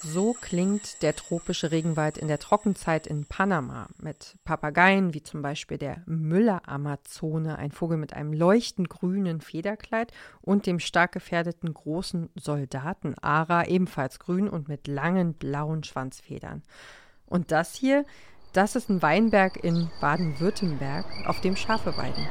So klingt der tropische Regenwald in der Trockenzeit in Panama mit Papageien wie zum Beispiel der Müller-Amazone, ein Vogel mit einem leuchtend grünen Federkleid, und dem stark gefährdeten großen Soldatenara, ebenfalls grün und mit langen blauen Schwanzfedern. Und das hier, das ist ein Weinberg in Baden-Württemberg, auf dem Schafe weiden.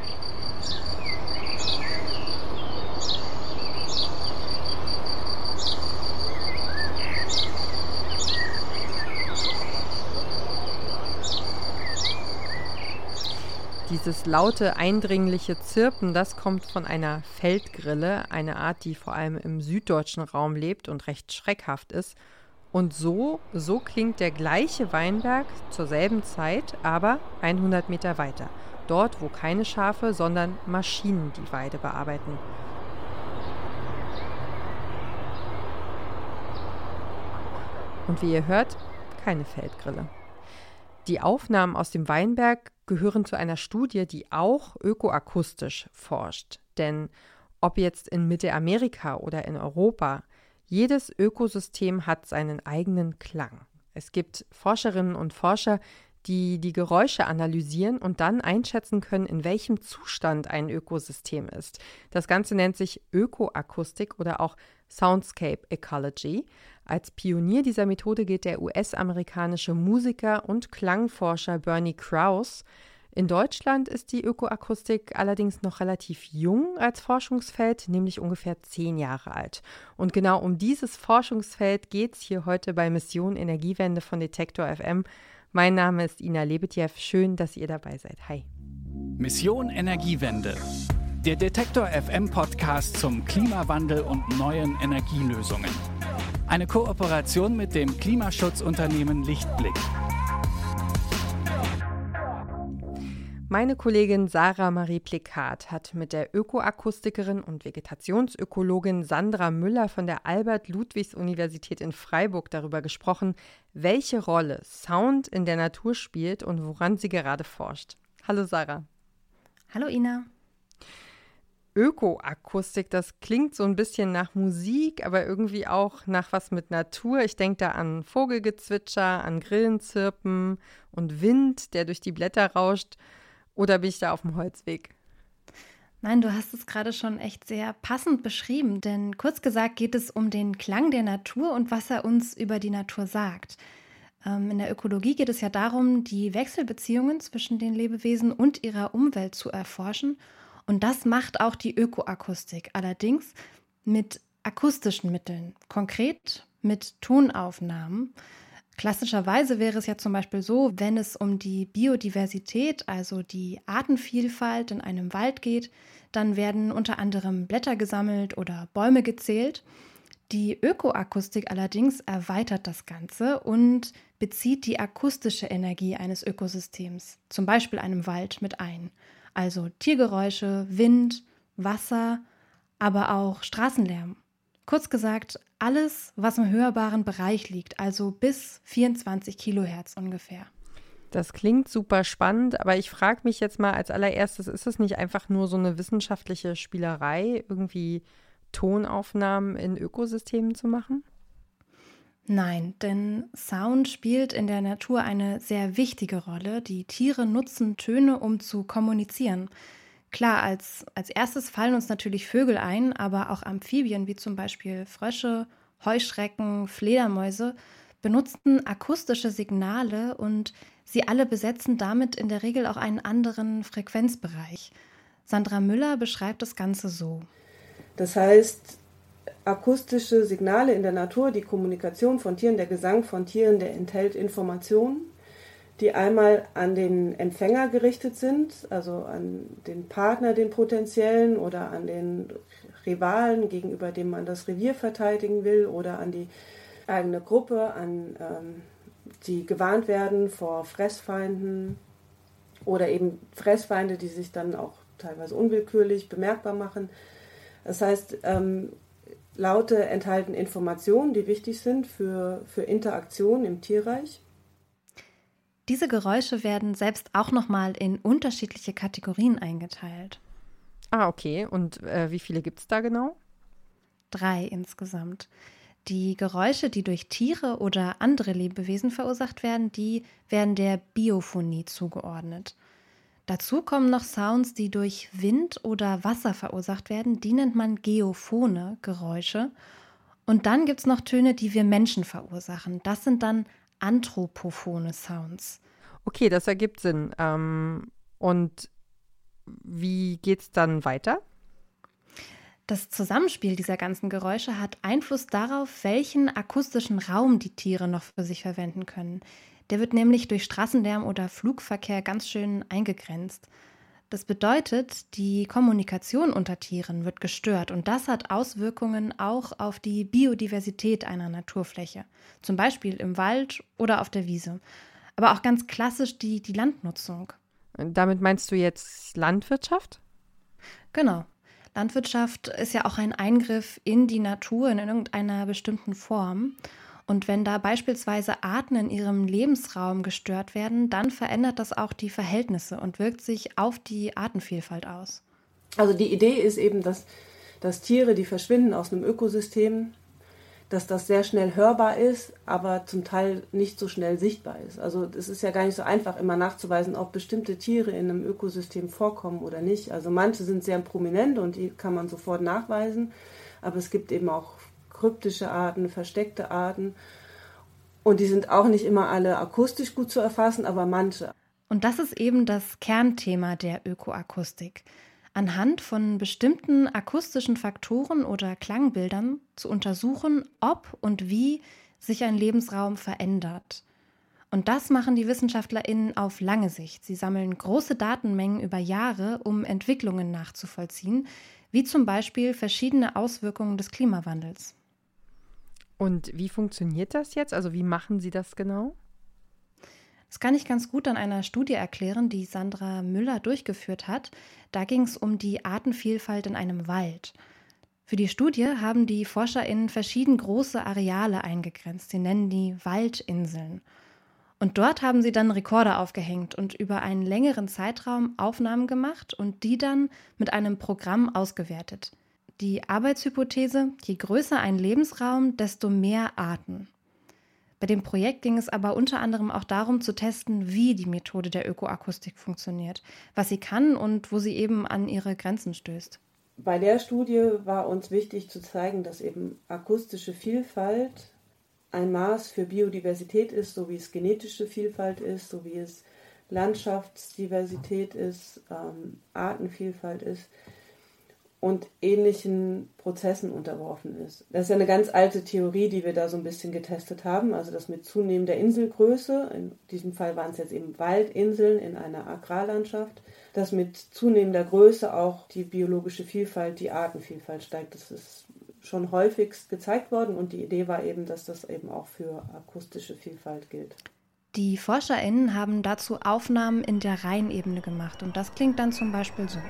Dieses laute, eindringliche Zirpen, das kommt von einer Feldgrille, eine Art, die vor allem im süddeutschen Raum lebt und recht schreckhaft ist. Und so klingt der gleiche Weinberg zur selben Zeit, aber 100 Meter weiter. Dort, wo keine Schafe, sondern Maschinen die Weide bearbeiten. Und wie ihr hört, keine Feldgrille. Die Aufnahmen aus dem Weinberg gehören zu einer Studie, die auch ökoakustisch forscht. Denn ob jetzt in Mittelamerika oder in Europa, jedes Ökosystem hat seinen eigenen Klang. Es gibt Forscherinnen und Forscher, die die Geräusche analysieren und dann einschätzen können, in welchem Zustand ein Ökosystem ist. Das Ganze nennt sich Ökoakustik oder auch Soundscape Ecology. Als Pionier dieser Methode gilt der US-amerikanische Musiker und Klangforscher Bernie Krause. In Deutschland ist die Ökoakustik allerdings noch relativ jung als Forschungsfeld, nämlich ungefähr 10 Jahre alt. Und genau um dieses Forschungsfeld geht es hier heute bei Mission Energiewende von Detektor FM. Mein Name ist Ina Lebetjew. Schön, dass ihr dabei seid. Hi. Mission Energiewende. Der Detektor FM Podcast zum Klimawandel und neuen Energielösungen. Eine Kooperation mit dem Klimaschutzunternehmen Lichtblick. Meine Kollegin Sarah Marie Plikat hat mit der Ökoakustikerin und Vegetationsökologin Sandra Müller von der Albert-Ludwigs-Universität in Freiburg darüber gesprochen, welche Rolle Sound in der Natur spielt und woran sie gerade forscht. Hallo Sarah. Hallo Ina. Ökoakustik, das klingt so ein bisschen nach Musik, aber irgendwie auch nach was mit Natur. Ich denke da an Vogelgezwitscher, an Grillenzirpen und Wind, der durch die Blätter rauscht. Oder bin ich da auf dem Holzweg? Nein, du hast es gerade schon echt sehr passend beschrieben, denn kurz gesagt geht es um den Klang der Natur und was er uns über die Natur sagt. In der Ökologie geht es ja darum, die Wechselbeziehungen zwischen den Lebewesen und ihrer Umwelt zu erforschen. Und das macht auch die Ökoakustik, allerdings mit akustischen Mitteln, konkret mit Tonaufnahmen. Klassischerweise wäre es ja zum Beispiel so, wenn es um die Biodiversität, also die Artenvielfalt in einem Wald geht, dann werden unter anderem Blätter gesammelt oder Bäume gezählt. Die Ökoakustik allerdings erweitert das Ganze und bezieht die akustische Energie eines Ökosystems, zum Beispiel einem Wald, mit ein. Also Tiergeräusche, Wind, Wasser, aber auch Straßenlärm. Kurz gesagt, alles, was im hörbaren Bereich liegt, also bis 24 Kilohertz ungefähr. Das klingt super spannend, aber ich frage mich jetzt mal als allererstes, ist es nicht einfach nur so eine wissenschaftliche Spielerei, irgendwie Tonaufnahmen in Ökosystemen zu machen? Nein, denn Sound spielt in der Natur eine sehr wichtige Rolle. Die Tiere nutzen Töne, um zu kommunizieren. Klar, als erstes fallen uns natürlich Vögel ein, aber auch Amphibien wie zum Beispiel Frösche, Heuschrecken, Fledermäuse benutzen akustische Signale und sie alle besetzen damit in der Regel auch einen anderen Frequenzbereich. Sandra Müller beschreibt das Ganze so. Das heißt, akustische Signale in der Natur, die Kommunikation von Tieren, der Gesang von Tieren, der enthält Informationen, die einmal an den Empfänger gerichtet sind, also an den Partner, den potenziellen, oder an den Rivalen, gegenüber dem man das Revier verteidigen will, oder an die eigene Gruppe, an die gewarnt werden vor Fressfeinden oder eben Fressfeinde, die sich dann auch teilweise unwillkürlich bemerkbar machen. Das heißt, Laute enthalten Informationen, die wichtig sind für Interaktion im Tierreich. Diese Geräusche werden selbst auch nochmal in unterschiedliche Kategorien eingeteilt. Ah, okay. Und wie viele gibt es da genau? 3 insgesamt. Die Geräusche, die durch Tiere oder andere Lebewesen verursacht werden, die werden der Biophonie zugeordnet. Dazu kommen noch Sounds, die durch Wind oder Wasser verursacht werden. Die nennt man geophone Geräusche. Und dann gibt es noch Töne, die wir Menschen verursachen. Das sind dann anthropophone Sounds. Okay, das ergibt Sinn. Und wie geht's dann weiter? Das Zusammenspiel dieser ganzen Geräusche hat Einfluss darauf, welchen akustischen Raum die Tiere noch für sich verwenden können. Der wird nämlich durch Straßenlärm oder Flugverkehr ganz schön eingegrenzt. Das bedeutet, die Kommunikation unter Tieren wird gestört und das hat Auswirkungen auch auf die Biodiversität einer Naturfläche, zum Beispiel im Wald oder auf der Wiese. Aber auch ganz klassisch die Landnutzung. Damit meinst du jetzt Landwirtschaft? Genau. Landwirtschaft ist ja auch ein Eingriff in die Natur in irgendeiner bestimmten Form. Und wenn da beispielsweise Arten in ihrem Lebensraum gestört werden, dann verändert das auch die Verhältnisse und wirkt sich auf die Artenvielfalt aus. Also die Idee ist eben, dass Tiere, die verschwinden aus einem Ökosystem, dass das sehr schnell hörbar ist, aber zum Teil nicht so schnell sichtbar ist. Also es ist ja gar nicht so einfach, immer nachzuweisen, ob bestimmte Tiere in einem Ökosystem vorkommen oder nicht. Also manche sind sehr prominent und die kann man sofort nachweisen, aber es gibt eben auch kryptische Arten, versteckte Arten und die sind auch nicht immer alle akustisch gut zu erfassen, aber manche. Und das ist eben das Kernthema der Ökoakustik. Anhand von bestimmten akustischen Faktoren oder Klangbildern zu untersuchen, ob und wie sich ein Lebensraum verändert. Und das machen die WissenschaftlerInnen auf lange Sicht. Sie sammeln große Datenmengen über Jahre, um Entwicklungen nachzuvollziehen, wie zum Beispiel verschiedene Auswirkungen des Klimawandels. Und wie funktioniert das jetzt? Also wie machen Sie das genau? Das kann ich ganz gut an einer Studie erklären, die Sandra Müller durchgeführt hat. Da ging es um die Artenvielfalt in einem Wald. Für die Studie haben die ForscherInnen verschieden große Areale eingegrenzt. Sie nennen die Waldinseln. Und dort haben sie dann Rekorder aufgehängt und über einen längeren Zeitraum Aufnahmen gemacht und die dann mit einem Programm ausgewertet. Die Arbeitshypothese: je größer ein Lebensraum, desto mehr Arten. Bei dem Projekt ging es aber unter anderem auch darum zu testen, wie die Methode der Ökoakustik funktioniert, was sie kann und wo sie eben an ihre Grenzen stößt. Bei der Studie war uns wichtig zu zeigen, dass eben akustische Vielfalt ein Maß für Biodiversität ist, so wie es genetische Vielfalt ist, so wie es Landschaftsdiversität ist, Artenvielfalt ist und ähnlichen Prozessen unterworfen ist. Das ist ja eine ganz alte Theorie, die wir da so ein bisschen getestet haben, also dass mit zunehmender Inselgröße, in diesem Fall waren es jetzt eben Waldinseln in einer Agrarlandschaft, dass mit zunehmender Größe auch die biologische Vielfalt, die Artenvielfalt steigt. Das ist schon häufigst gezeigt worden und die Idee war eben, dass das eben auch für akustische Vielfalt gilt. Die ForscherInnen haben dazu Aufnahmen in der Rheinebene gemacht und das klingt dann zum Beispiel so.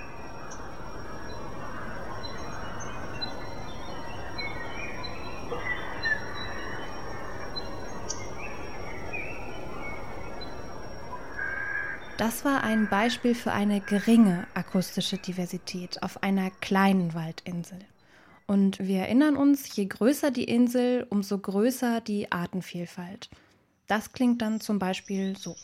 Das war ein Beispiel für eine geringe akustische Diversität auf einer kleinen Waldinsel. Und wir erinnern uns, je größer die Insel, umso größer die Artenvielfalt. Das klingt dann zum Beispiel so.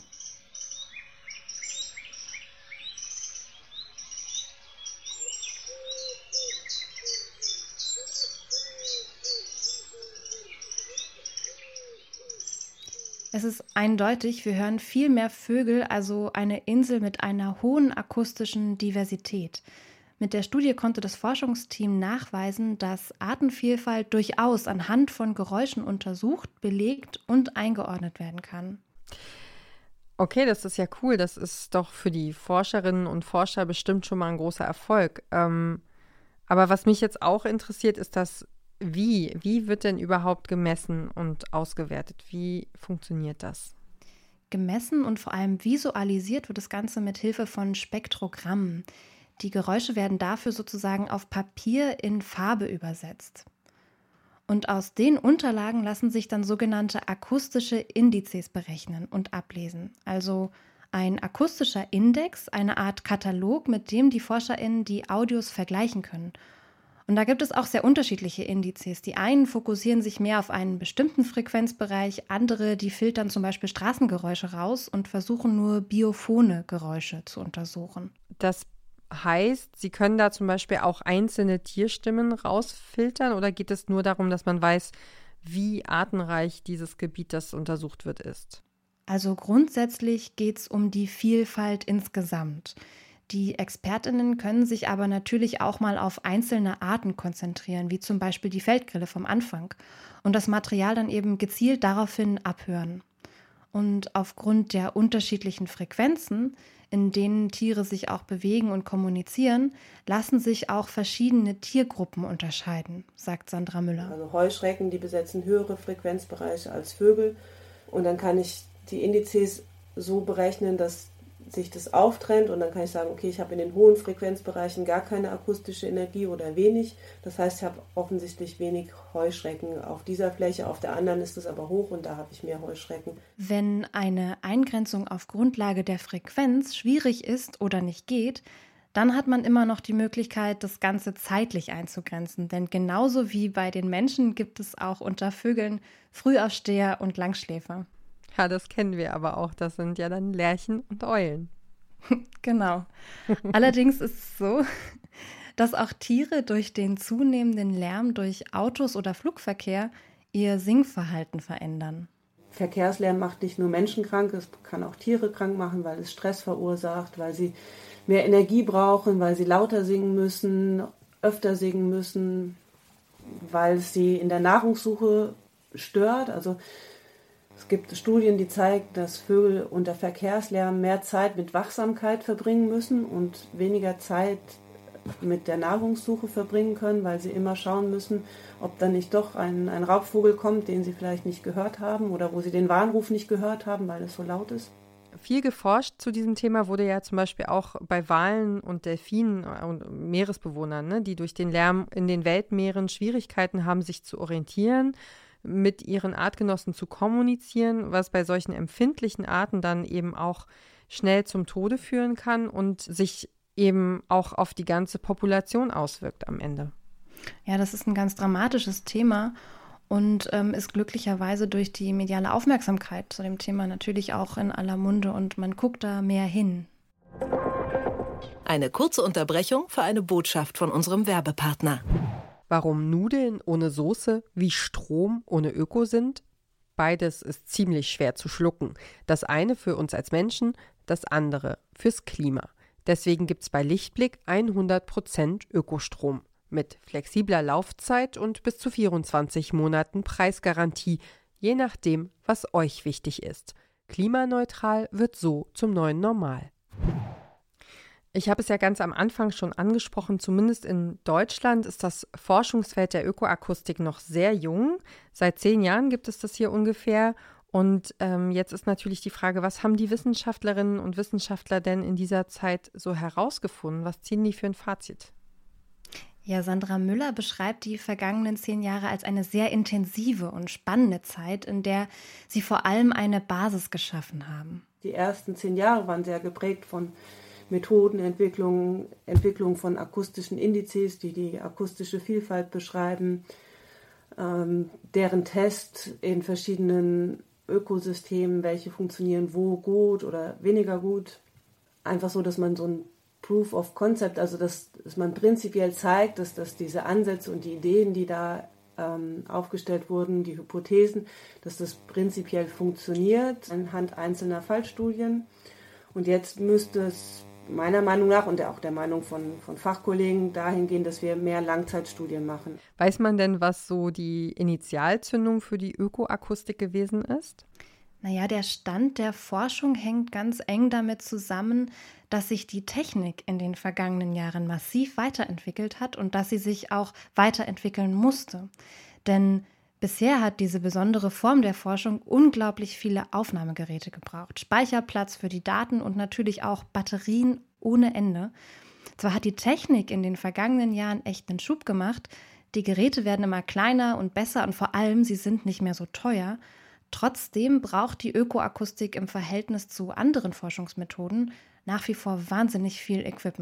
Es ist eindeutig, wir hören viel mehr Vögel, also eine Insel mit einer hohen akustischen Diversität. Mit der Studie konnte das Forschungsteam nachweisen, dass Artenvielfalt durchaus anhand von Geräuschen untersucht, belegt und eingeordnet werden kann. Okay, das ist ja cool. Das ist doch für die Forscherinnen und Forscher bestimmt schon mal ein großer Erfolg. Aber was mich jetzt auch interessiert, ist das Wie? Wie wird denn überhaupt gemessen und ausgewertet? Wie funktioniert das? Gemessen und vor allem visualisiert wird das Ganze mit Hilfe von Spektrogrammen. Die Geräusche werden dafür sozusagen auf Papier in Farbe übersetzt. Und aus den Unterlagen lassen sich dann sogenannte akustische Indizes berechnen und ablesen. Also ein akustischer Index, eine Art Katalog, mit dem die ForscherInnen die Audios vergleichen können. Und da gibt es auch sehr unterschiedliche Indizes. Die einen fokussieren sich mehr auf einen bestimmten Frequenzbereich, andere, die filtern zum Beispiel Straßengeräusche raus und versuchen nur biophone Geräusche zu untersuchen. Das heißt, Sie können da zum Beispiel auch einzelne Tierstimmen rausfiltern oder geht es nur darum, dass man weiß, wie artenreich dieses Gebiet, das untersucht wird, ist? Also grundsätzlich geht es um die Vielfalt insgesamt. Die ExpertInnen können sich aber natürlich auch mal auf einzelne Arten konzentrieren, wie zum Beispiel die Feldgrille vom Anfang, und das Material dann eben gezielt daraufhin abhören. Und aufgrund der unterschiedlichen Frequenzen, in denen Tiere sich auch bewegen und kommunizieren, lassen sich auch verschiedene Tiergruppen unterscheiden, sagt Sandra Müller. Also Heuschrecken, die besetzen höhere Frequenzbereiche als Vögel. Und dann kann ich die Indizes so berechnen, dass sich das auftrennt und dann kann ich sagen, okay, ich habe in den hohen Frequenzbereichen gar keine akustische Energie oder wenig. Das heißt, ich habe offensichtlich wenig Heuschrecken auf dieser Fläche, auf der anderen ist es aber hoch und da habe ich mehr Heuschrecken. Wenn eine Eingrenzung auf Grundlage der Frequenz schwierig ist oder nicht geht, dann hat man immer noch die Möglichkeit, das Ganze zeitlich einzugrenzen. Denn genauso wie bei den Menschen gibt es auch unter Vögeln Frühaufsteher und Langschläfer. Ja, das kennen wir aber auch. Das sind ja dann Lerchen und Eulen. Genau. Allerdings ist es so, dass auch Tiere durch den zunehmenden Lärm durch Autos oder Flugverkehr ihr Singverhalten verändern. Verkehrslärm macht nicht nur Menschen krank, es kann auch Tiere krank machen, weil es Stress verursacht, weil sie mehr Energie brauchen, weil sie lauter singen müssen, öfter singen müssen, weil es sie in der Nahrungssuche stört. Also es gibt Studien, die zeigen, dass Vögel unter Verkehrslärm mehr Zeit mit Wachsamkeit verbringen müssen und weniger Zeit mit der Nahrungssuche verbringen können, weil sie immer schauen müssen, ob dann nicht doch ein Raubvogel kommt, den sie vielleicht nicht gehört haben oder wo sie den Warnruf nicht gehört haben, weil es so laut ist. Viel geforscht zu diesem Thema wurde ja zum Beispiel auch bei Walen und Delfinen und Meeresbewohnern, ne, die durch den Lärm in den Weltmeeren Schwierigkeiten haben, sich zu orientieren, mit ihren Artgenossen zu kommunizieren, was bei solchen empfindlichen Arten dann eben auch schnell zum Tode führen kann und sich eben auch auf die ganze Population auswirkt am Ende. Ja, das ist ein ganz dramatisches Thema und ist glücklicherweise durch die mediale Aufmerksamkeit zu dem Thema natürlich auch in aller Munde und man guckt da mehr hin. Eine kurze Unterbrechung für eine Botschaft von unserem Werbepartner. Warum Nudeln ohne Soße wie Strom ohne Öko sind? Beides ist ziemlich schwer zu schlucken. Das eine für uns als Menschen, das andere fürs Klima. Deswegen gibt es bei Lichtblick 100% Ökostrom mit flexibler Laufzeit und bis zu 24 Monaten Preisgarantie, je nachdem, was euch wichtig ist. Klimaneutral wird so zum neuen Normal. Ich habe es ja ganz am Anfang schon angesprochen, zumindest in Deutschland ist das Forschungsfeld der Ökoakustik noch sehr jung. Seit 10 Jahren gibt es das hier ungefähr. Und jetzt ist natürlich die Frage, was haben die Wissenschaftlerinnen und Wissenschaftler denn in dieser Zeit so herausgefunden? Was ziehen die für ein Fazit? Ja, Sandra Müller beschreibt die vergangenen 10 Jahre als eine sehr intensive und spannende Zeit, in der sie vor allem eine Basis geschaffen haben. Die ersten 10 Jahre waren sehr geprägt von Methodenentwicklung, Entwicklung von akustischen Indizes, die die akustische Vielfalt beschreiben, deren Test in verschiedenen Ökosystemen, welche funktionieren wo gut oder weniger gut. Einfach so, dass man so ein Proof of Concept, also dass man prinzipiell zeigt, dass diese Ansätze und die Ideen, die da aufgestellt wurden, die Hypothesen, dass das prinzipiell funktioniert anhand einzelner Fallstudien. Und jetzt müsste es meiner Meinung nach und auch der Meinung von Fachkollegen dahin gehen, dass wir mehr Langzeitstudien machen. Weiß man denn, was so die Initialzündung für die Ökoakustik gewesen ist? Naja, der Stand der Forschung hängt ganz eng damit zusammen, dass sich die Technik in den vergangenen Jahren massiv weiterentwickelt hat und dass sie sich auch weiterentwickeln musste. Denn bisher hat diese besondere Form der Forschung unglaublich viele Aufnahmegeräte gebraucht. Speicherplatz für die Daten und natürlich auch Batterien ohne Ende. Zwar hat die Technik in den vergangenen Jahren echt einen Schub gemacht, die Geräte werden immer kleiner und besser und vor allem, sie sind nicht mehr so teuer. Trotzdem braucht die Ökoakustik im Verhältnis zu anderen Forschungsmethoden nach wie vor wahnsinnig viel Equipment.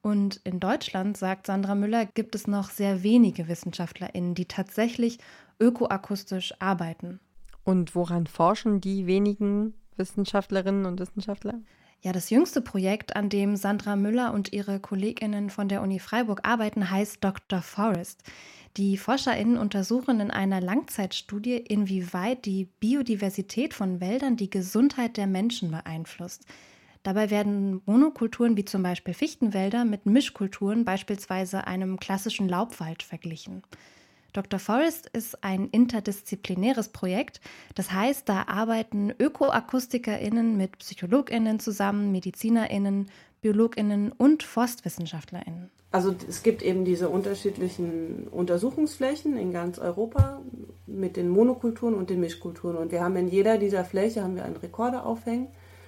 Und in Deutschland, sagt Sandra Müller, gibt es noch sehr wenige WissenschaftlerInnen, die tatsächlich ökoakustisch arbeiten. Und woran forschen die wenigen Wissenschaftlerinnen und Wissenschaftler? Ja, das jüngste Projekt, an dem Sandra Müller und ihre KollegInnen von der Uni Freiburg arbeiten, heißt Dr. Forest. Die ForscherInnen untersuchen in einer Langzeitstudie, inwieweit die Biodiversität von Wäldern die Gesundheit der Menschen beeinflusst. Dabei werden Monokulturen wie zum Beispiel Fichtenwälder mit Mischkulturen, beispielsweise einem klassischen Laubwald, verglichen. Dr. Forest ist ein interdisziplinäres Projekt. Das heißt, da arbeiten ÖkoakustikerInnen mit PsychologInnen zusammen, MedizinerInnen, BiologInnen und ForstwissenschaftlerInnen. Also es gibt eben diese unterschiedlichen Untersuchungsflächen in ganz Europa mit den Monokulturen und den Mischkulturen. Und wir haben in jeder dieser Fläche einen Rekorder aufhängen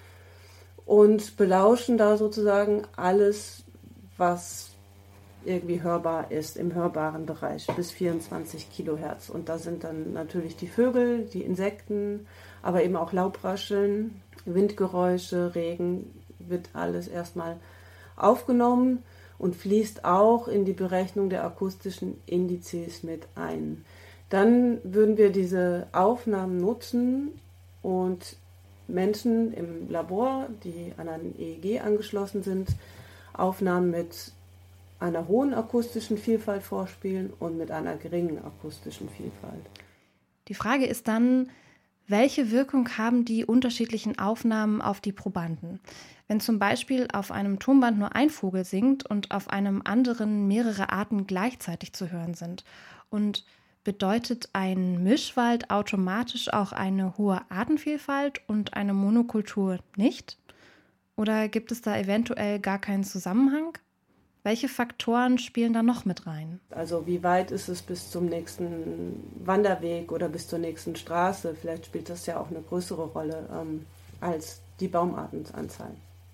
und belauschen da sozusagen alles, was irgendwie hörbar ist, im hörbaren Bereich, bis 24 Kilohertz. Und da sind dann natürlich die Vögel, die Insekten, aber eben auch Laubrascheln, Windgeräusche, Regen, wird alles erstmal aufgenommen und fließt auch in die Berechnung der akustischen Indizes mit ein. Dann würden wir diese Aufnahmen nutzen und Menschen im Labor, die an ein EEG angeschlossen sind, Aufnahmen mit einer hohen akustischen Vielfalt vorspielen und mit einer geringen akustischen Vielfalt. Die Frage ist dann, welche Wirkung haben die unterschiedlichen Aufnahmen auf die Probanden? Wenn zum Beispiel auf einem Tonband nur ein Vogel singt und auf einem anderen mehrere Arten gleichzeitig zu hören sind. Und bedeutet ein Mischwald automatisch auch eine hohe Artenvielfalt und eine Monokultur nicht? Oder gibt es da eventuell gar keinen Zusammenhang? Welche Faktoren spielen da noch mit rein? Also wie weit ist es bis zum nächsten Wanderweg oder bis zur nächsten Straße? Vielleicht spielt das ja auch eine größere Rolle als die Baumartenanzahl.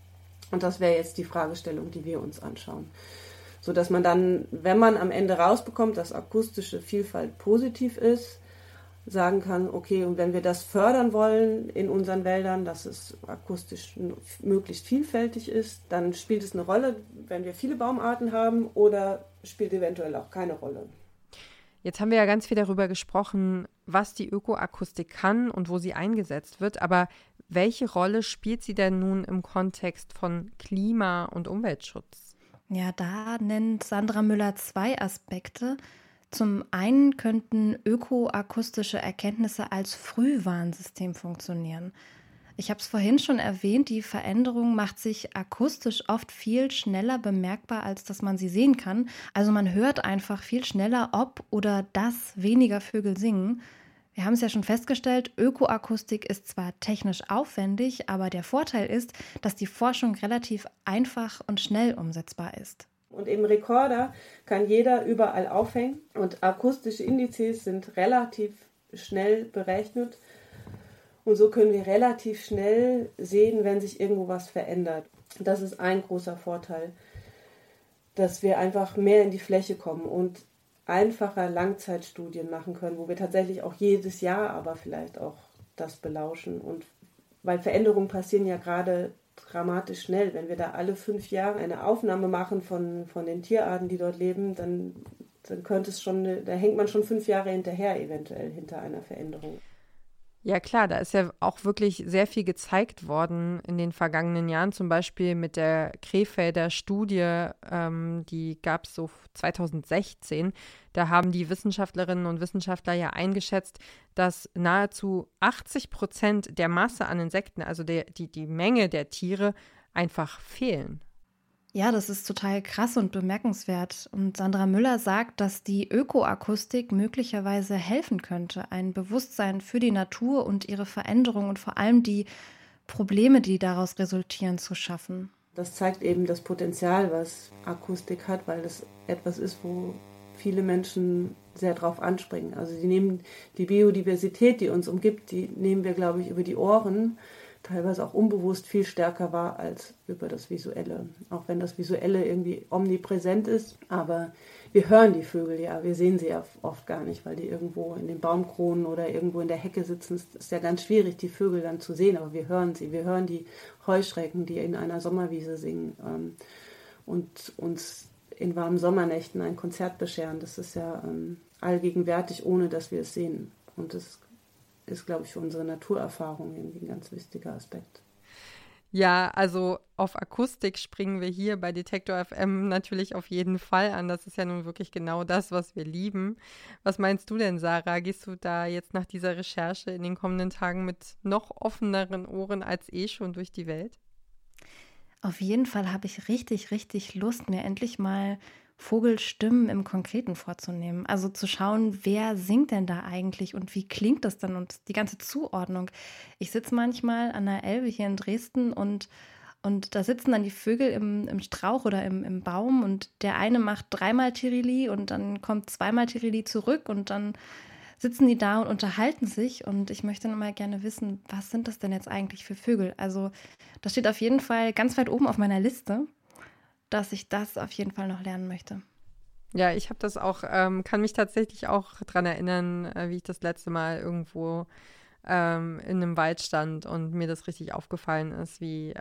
Und das wäre jetzt die Fragestellung, die wir uns anschauen. Sodass man dann, wenn man am Ende rausbekommt, dass akustische Vielfalt positiv ist, sagen kann, okay, und wenn wir das fördern wollen in unseren Wäldern, dass es akustisch möglichst vielfältig ist, dann spielt es eine Rolle, wenn wir viele Baumarten haben, oder spielt eventuell auch keine Rolle. Jetzt haben wir ja ganz viel darüber gesprochen, was die Ökoakustik kann und wo sie eingesetzt wird, aber welche Rolle spielt sie denn nun im Kontext von Klima- und Umweltschutz? Ja, da nennt Sandra Müller 2 Aspekte. Zum einen könnten ökoakustische Erkenntnisse als Frühwarnsystem funktionieren. Ich habe es vorhin schon erwähnt, die Veränderung macht sich akustisch oft viel schneller bemerkbar, als dass man sie sehen kann. Also man hört einfach viel schneller, ob oder dass weniger Vögel singen. Wir haben es ja schon festgestellt, Ökoakustik ist zwar technisch aufwendig, aber der Vorteil ist, dass die Forschung relativ einfach und schnell umsetzbar ist. Und eben Rekorder kann jeder überall aufhängen und akustische Indizes sind relativ schnell berechnet und so können wir relativ schnell sehen, wenn sich irgendwo was verändert. Das ist ein großer Vorteil, dass wir einfach mehr in die Fläche kommen und einfacher Langzeitstudien machen können, wo wir tatsächlich auch jedes Jahr aber vielleicht auch das belauschen. Und weil Veränderungen passieren ja gerade dramatisch schnell. Wenn wir da alle 5 Jahre eine Aufnahme machen von den Tierarten, die dort leben, dann könnte es schon, da hängt man schon 5 Jahre hinterher, eventuell hinter einer Veränderung. Ja klar, da ist ja auch wirklich sehr viel gezeigt worden in den vergangenen Jahren, zum Beispiel mit der Krefelder Studie, die gab es so 2016. Da haben die Wissenschaftlerinnen und Wissenschaftler ja eingeschätzt, dass nahezu 80% der Masse an Insekten, also die Menge der Tiere, einfach fehlen. Ja, das ist total krass und bemerkenswert. Und Sandra Müller sagt, dass die Ökoakustik möglicherweise helfen könnte, ein Bewusstsein für die Natur und ihre Veränderung und vor allem die Probleme, die daraus resultieren, zu schaffen. Das zeigt eben das Potenzial, was Akustik hat, weil das etwas ist, wo viele Menschen sehr drauf anspringen. Also die nehmen die Biodiversität, die uns umgibt, die nehmen wir, glaube ich, über die Ohren, teilweise auch unbewusst viel stärker wahr als über das Visuelle. Auch wenn das Visuelle irgendwie omnipräsent ist, aber wir hören die Vögel ja, wir sehen sie ja oft gar nicht, weil die irgendwo in den Baumkronen oder irgendwo in der Hecke sitzen. Es ist ja ganz schwierig, die Vögel dann zu sehen, aber wir hören sie. Wir hören die Heuschrecken, die in einer Sommerwiese singen. und uns in warmen Sommernächten ein Konzert bescheren. Das ist ja allgegenwärtig, ohne dass wir es sehen. Und das ist, glaube ich, für unsere Naturerfahrung irgendwie ein ganz wichtiger Aspekt. Ja, also auf Akustik springen wir hier bei Detektor FM natürlich auf jeden Fall an. Das ist ja nun wirklich genau das, was wir lieben. Was meinst du denn, Sarah? Gehst du da jetzt nach dieser Recherche in den kommenden Tagen mit noch offeneren Ohren als schon durch die Welt? Auf jeden Fall habe ich richtig, richtig Lust, mir endlich mal Vogelstimmen im Konkreten vorzunehmen. Also zu schauen, wer singt denn da eigentlich und wie klingt das dann und die ganze Zuordnung. Ich sitze manchmal an der Elbe hier in Dresden und da sitzen dann die Vögel im Strauch oder im Baum und der eine macht 3-mal Tirili und dann kommt 2-mal Tirili zurück und dann sitzen die da und unterhalten sich und ich möchte mal gerne wissen, was sind das denn jetzt eigentlich für Vögel? Also das steht auf jeden Fall ganz weit oben auf meiner Liste, dass ich das auf jeden Fall noch lernen möchte. Ja, ich habe das auch, kann mich tatsächlich auch daran erinnern, wie ich das letzte Mal irgendwo in einem Wald stand und mir das richtig aufgefallen ist, wie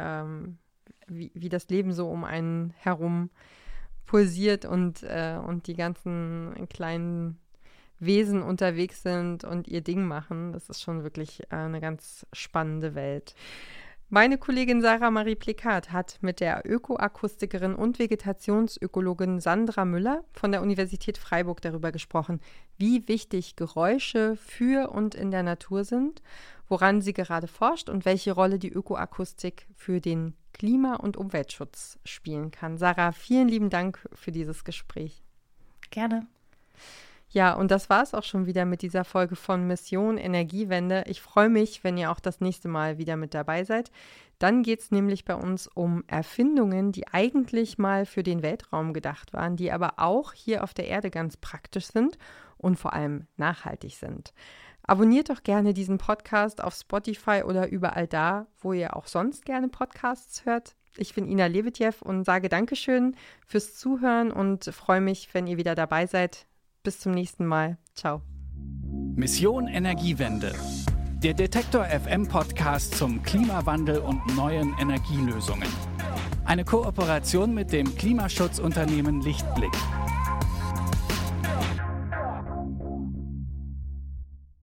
das Leben so um einen herum pulsiert und die ganzen kleinen Wesen unterwegs sind und ihr Ding machen. Das ist schon wirklich eine ganz spannende Welt. Meine Kollegin Sarah Marie Plikat hat mit der Ökoakustikerin und Vegetationsökologin Sandra Müller von der Universität Freiburg darüber gesprochen, wie wichtig Geräusche für und in der Natur sind, woran sie gerade forscht und welche Rolle die Ökoakustik für den Klima- und Umweltschutz spielen kann. Sarah, vielen lieben Dank für dieses Gespräch. Gerne. Ja, und das war es auch schon wieder mit dieser Folge von Mission Energiewende. Ich freue mich, wenn ihr auch das nächste Mal wieder mit dabei seid. Dann geht es nämlich bei uns um Erfindungen, die eigentlich mal für den Weltraum gedacht waren, die aber auch hier auf der Erde ganz praktisch sind und vor allem nachhaltig sind. Abonniert doch gerne diesen Podcast auf Spotify oder überall da, wo ihr auch sonst gerne Podcasts hört. Ich bin Ina Lebetjew und sage Dankeschön fürs Zuhören und freue mich, wenn ihr wieder dabei seid. Bis zum nächsten Mal. Ciao. Mission Energiewende. Der Detektor FM Podcast zum Klimawandel und neuen Energielösungen. Eine Kooperation mit dem Klimaschutzunternehmen Lichtblick.